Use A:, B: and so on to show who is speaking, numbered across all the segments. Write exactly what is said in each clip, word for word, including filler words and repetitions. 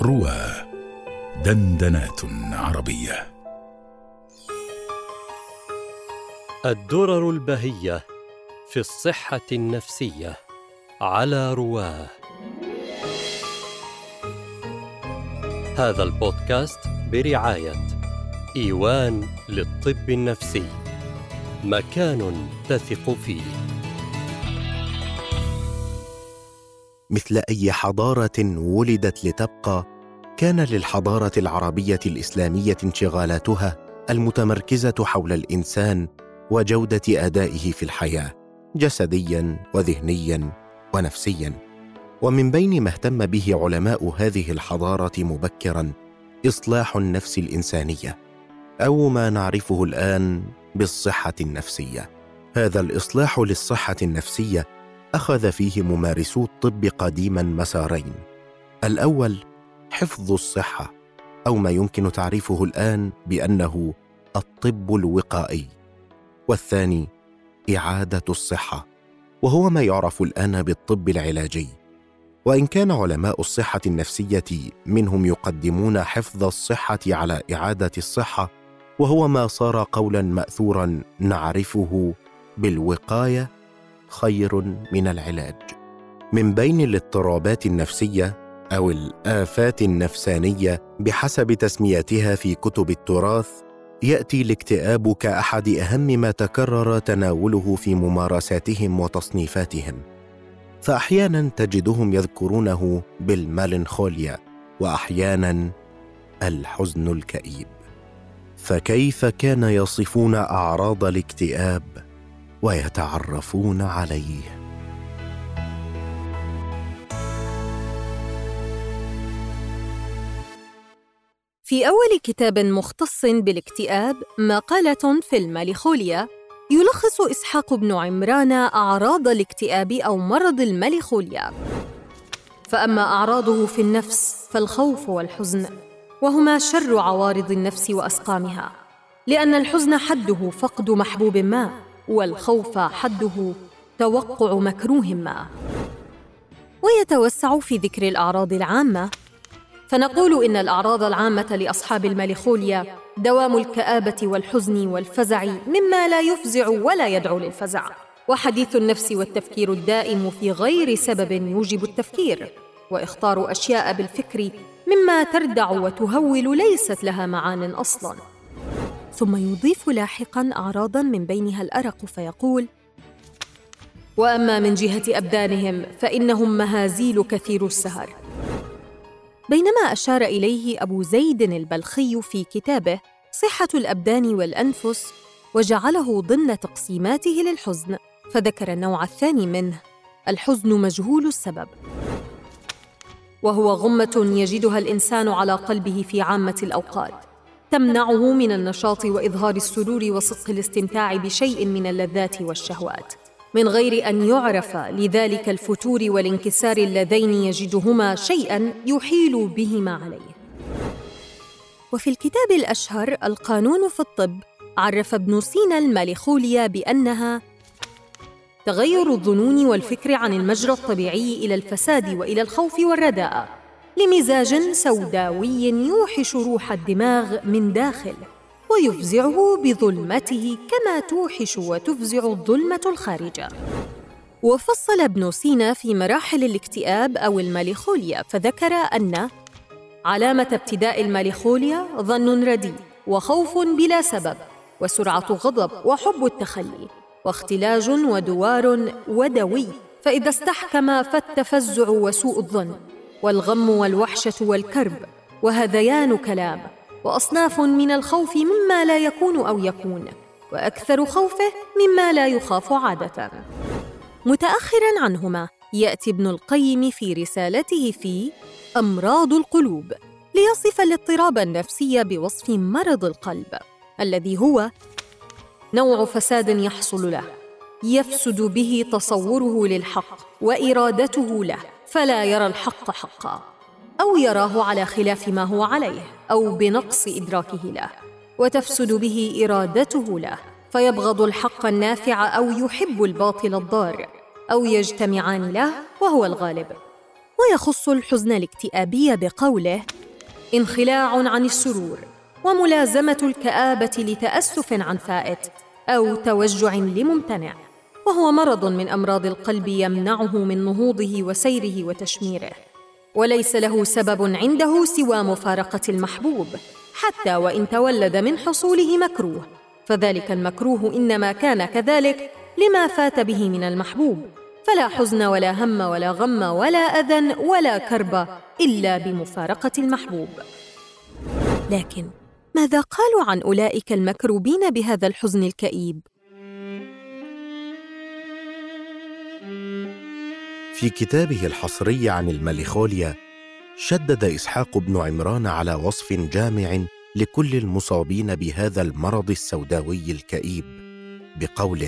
A: روى دندنات عربية.
B: الدرر البهية في الصحة النفسية على رواه. هذا البودكاست برعاية إيوان للطب النفسي، مكان تثق فيه.
C: مثل أي حضارة ولدت لتبقى، كان للحضارة العربية الإسلامية انشغالاتها المتمركزة حول الإنسان وجودة أدائه في الحياة جسدياً وذهنياً ونفسياً. ومن بين ما اهتم به علماء هذه الحضارة مبكراً إصلاح النفس الإنسانية، أو ما نعرفه الآن بالصحة النفسية. هذا الإصلاح للصحة النفسية أخذ فيه ممارسو الطب قديماً مسارين: الأول حفظ الصحة، أو ما يمكن تعريفه الآن بأنه الطب الوقائي، والثاني إعادة الصحة، وهو ما يعرف الآن بالطب العلاجي. وإن كان علماء الصحة النفسية منهم يقدمون حفظ الصحة على إعادة الصحة، وهو ما صار قولاً مأثوراً نعرفه بالوقاية خير من العلاج. من بين الاضطرابات النفسية أو الآفات النفسانية بحسب تسميتها في كتب التراث، يأتي الاكتئاب كأحد أهم ما تكرر تناوله في ممارساتهم وتصنيفاتهم، فأحياناً تجدهم يذكرونه بالميلانخوليا، وأحياناً الحزن الكئيب. فكيف كان يصفون أعراض الاكتئاب ويتعرفون عليه؟
D: في أول كتاب مختص بالاكتئاب، مقالة في الميلانخوليا، يلخص إسحاق بن عمران أعراض الاكتئاب أو مرض الميلانخوليا. فأما أعراضه في النفس فالخوف والحزن، وهما شر عوارض النفس وأسقامها، لأن الحزن حده فقد محبوب ما، والخوف حده توقع مكروه ما. ويتوسع في ذكر الأعراض العامة، فنقول إن الأعراض العامة لأصحاب الميلانخوليا دوام الكآبة والحزن والفزع مما لا يفزع ولا يدعو للفزع، وحديث النفس والتفكير الدائم في غير سبب يوجب التفكير، وإخطار أشياء بالفكر مما تردع وتهول ليست لها معان أصلاً. ثم يضيف لاحقاً أعراضاً من بينها الأرق، فيقول: وأما من جهة أبدانهم فإنهم مهازيل كثير السهر. بينما أشار إليه أبو زيد البلخي في كتابه صحة الأبدان والأنفس، وجعله ضمن تقسيماته للحزن، فذكر النوع الثاني منه، الحزن مجهول السبب، وهو غمة يجدها الإنسان على قلبه في عامة الأوقات، تمنعه من النشاط وإظهار السرور وصدق الاستمتاع بشيء من اللذات والشهوات، من غير أن يعرف لذلك الفتور والانكسار اللذين يجدهما شيئاً يحيل بهما عليه. وفي الكتاب الأشهر القانون في الطب، عرف ابن سينا الميلانخوليا بأنها تغير الظنون والفكر عن المجرى الطبيعي إلى الفساد وإلى الخوف والرداء، لمزاج سوداوي يوحش روح الدماغ من داخل، ويفزعه بظلمته كما توحش وتفزع الظلمة الخارجة. وفصل ابن سينا في مراحل الاكتئاب أو الميلانخوليا، فذكر أن علامة ابتداء الميلانخوليا ظن رديء، وخوف بلا سبب، وسرعة غضب، وحب التخلي، واختلاج ودوار ودوي، فإذا استحكم فالتفزع وسوء الظن، والغم والوحشة والكرب، وهذيان كلام، وأصناف من الخوف مما لا يكون أو يكون، وأكثر خوفه مما لا يخاف عادة. متأخراً عنهما يأتي ابن القيم في رسالته في أمراض القلوب ليصف الاضطراب النفسي بوصف مرض القلب، الذي هو نوع فساد يحصل له يفسد به تصوره للحق وإرادته له، فلا يرى الحق حقا، أو يراه على خلاف ما هو عليه، أو بنقص إدراكه له، وتفسد به إرادته له، فيبغض الحق النافع أو يحب الباطل الضار، أو يجتمعان له وهو الغالب. ويخص الحزن الاكتئابي بقوله: انخلاع عن السرور، وملازمة الكآبة لتأسف عن فائت أو توجع لممتنع، وهو مرض من أمراض القلب يمنعه من نهوضه وسيره وتشميره، وليس له سبب عنده سوى مفارقة المحبوب، حتى وإن تولد من حصوله مكروه، فذلك المكروه إنما كان كذلك لما فات به من المحبوب، فلا حزن ولا هم ولا غم ولا أذى ولا كرب إلا بمفارقة المحبوب. لكن ماذا قالوا عن أولئك المكروبين بهذا الحزن الكئيب؟
C: في كتابه الحصري عن الميلانخوليا، شدد إسحاق بن عمران على وصف جامع لكل المصابين بهذا المرض السوداوي الكئيب بقوله: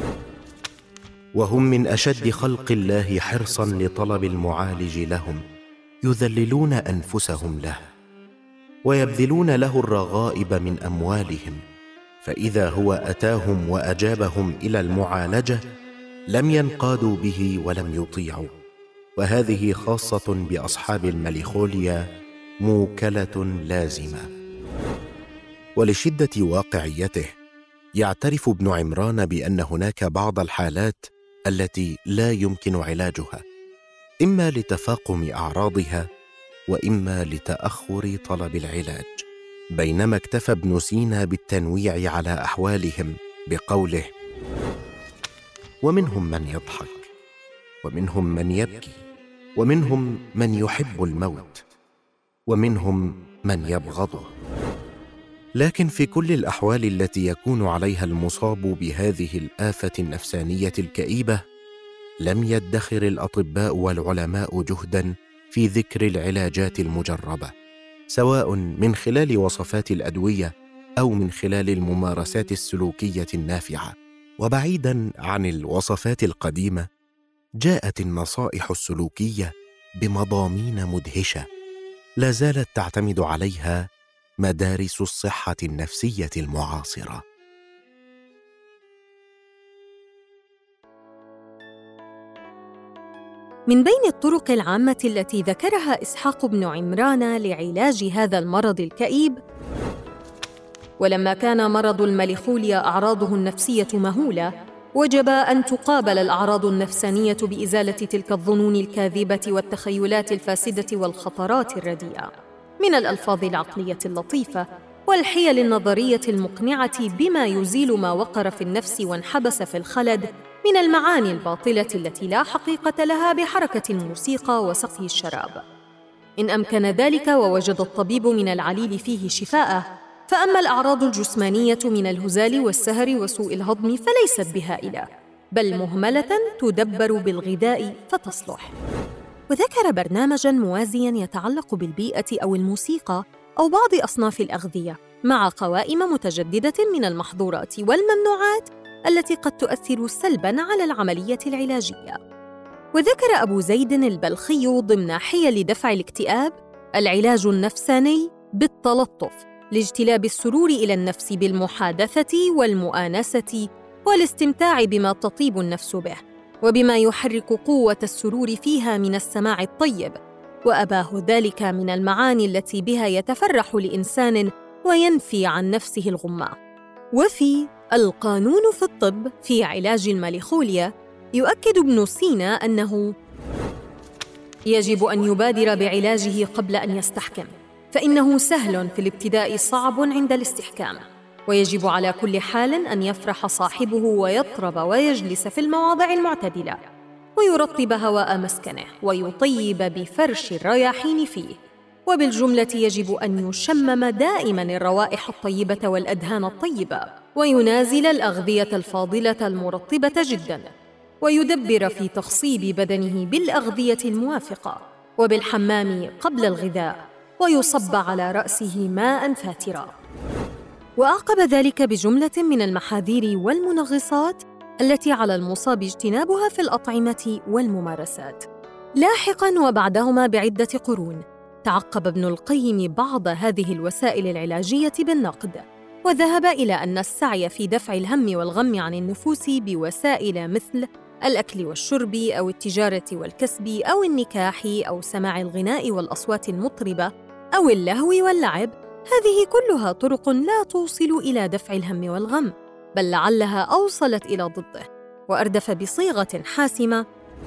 C: وهم من أشد خلق الله حرصاً لطلب المعالج لهم، يذللون أنفسهم له ويبذلون له الرغائب من أموالهم، فإذا هو أتاهم وأجابهم إلى المعالجة لم ينقادوا به ولم يطيعوا، وهذه خاصة بأصحاب الميلانخوليا موكلة لازمة. ولشدة واقعيته يعترف ابن عمران بأن هناك بعض الحالات التي لا يمكن علاجها، إما لتفاقم أعراضها وإما لتأخر طلب العلاج، بينما اكتفى ابن سينا بالتنويع على أحوالهم بقوله: ومنهم من يضحك، ومنهم من يبكي، ومنهم من يحب الموت، ومنهم من يبغضه. لكن في كل الأحوال التي يكون عليها المصاب بهذه الآفة النفسانية الكئيبة، لم يدخر الأطباء والعلماء جهداً في ذكر العلاجات المجربة، سواء من خلال وصفات الأدوية أو من خلال الممارسات السلوكية النافعة. وبعيداً عن الوصفات القديمة، جاءت النصائح السلوكية بمضامين مدهشة لا زالت تعتمد عليها مدارس الصحة النفسية المعاصرة.
D: من بين الطرق العامة التي ذكرها إسحاق بن عمران لعلاج هذا المرض الكئيب، ولما كان مرض الميلانخوليا أعراضه النفسية مهولة، وجب أن تقابل الأعراض النفسانية بإزالة تلك الظنون الكاذبة والتخيلات الفاسدة والخطرات الرديئة، من الألفاظ العقلية اللطيفة والحيل النظرية المقنعة بما يزيل ما وقر في النفس وانحبس في الخلد من المعاني الباطلة التي لا حقيقة لها بحركة الموسيقى وسقي الشراب. إن أمكن ذلك ووجد الطبيب من العليل فيه شفاءه، فأما الأعراض الجسمانية من الهزال والسهر وسوء الهضم فليست بهائلة، بل مهملة تدبر بالغذاء فتصلح. وذكر برنامجاً موازياً يتعلق بالبيئة أو الموسيقى أو بعض أصناف الأغذية، مع قوائم متجددة من المحظورات والممنوعات التي قد تؤثر سلباً على العملية العلاجية. وذكر أبو زيد البلخي ضمن حيل دفع الاكتئاب العلاج النفساني بالتلطف لاجتلاب السرور إلى النفس بالمحادثة والمؤانسة والاستمتاع بما تطيب النفس به، وبما يحرك قوة السرور فيها من السماع الطيب، وأباه ذلك من المعاني التي بها يتفرح لإنسان وينفي عن نفسه الغمة. وفي القانون في الطب في علاج الميلانخوليا يؤكد ابن سينا أنه يجب أن يبادر بعلاجه قبل أن يستحكم، فإنه سهل في الابتداء، صعب عند الاستحكام، ويجب على كل حال أن يفرح صاحبه ويطرب ويجلس في المواضع المعتدلة، ويرطب هواء مسكنه ويطيب بفرش الرياحين فيه. وبالجملة يجب أن يشمم دائماً الروائح الطيبة والأدهان الطيبة، وينازل الأغذية الفاضلة المرطبة جداً، ويدبر في تخصيب بدنه بالأغذية الموافقة، وبالحمام قبل الغذاء، ويصب على رأسه ماء فاترا. وأعقب ذلك بجملة من المحاذير والمنغصات التي على المصاب اجتنابها في الأطعمة والممارسات. لاحقاً وبعدهما بعدة قرون تعقب ابن القيم بعض هذه الوسائل العلاجية بالنقد، وذهب إلى أن السعي في دفع الهم والغم عن النفوس بوسائل مثل الأكل والشرب أو التجارة والكسب أو النكاح أو سماع الغناء والأصوات المطربة أو اللهو واللعب، هذه كلها طرق لا توصل إلى دفع الهم والغم، بل لعلها أوصلت إلى ضده وأردف بصيغة حاسمة: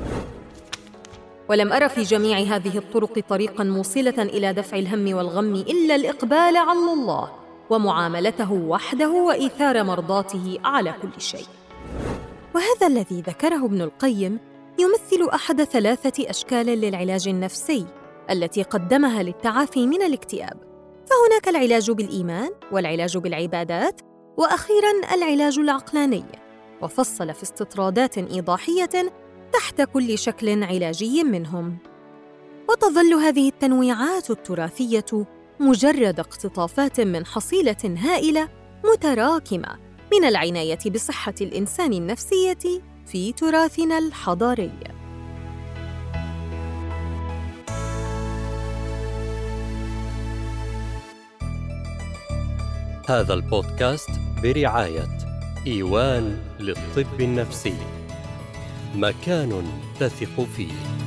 D: ولم أر في جميع هذه الطرق طريقاً موصلة إلى دفع الهم والغم إلا الإقبال على الله ومعاملته وحده وإيثار مرضاته على كل شيء. وهذا الذي ذكره ابن القيم يمثل أحد ثلاثة أشكال للعلاج النفسي التي قدمها للتعافي من الاكتئاب، فهناك العلاج بالإيمان، والعلاج بالعبادات، وأخيراً العلاج العقلاني، وفصل في استطرادات إيضاحية تحت كل شكل علاجي منهم. وتظل هذه التنويعات التراثية مجرد اقتطافات من حصيلة هائلة متراكمة من العناية بصحة الإنسان النفسية في تراثنا الحضاري.
B: هذا البودكاست برعاية إيوان للطب النفسي، مكان تثق فيه.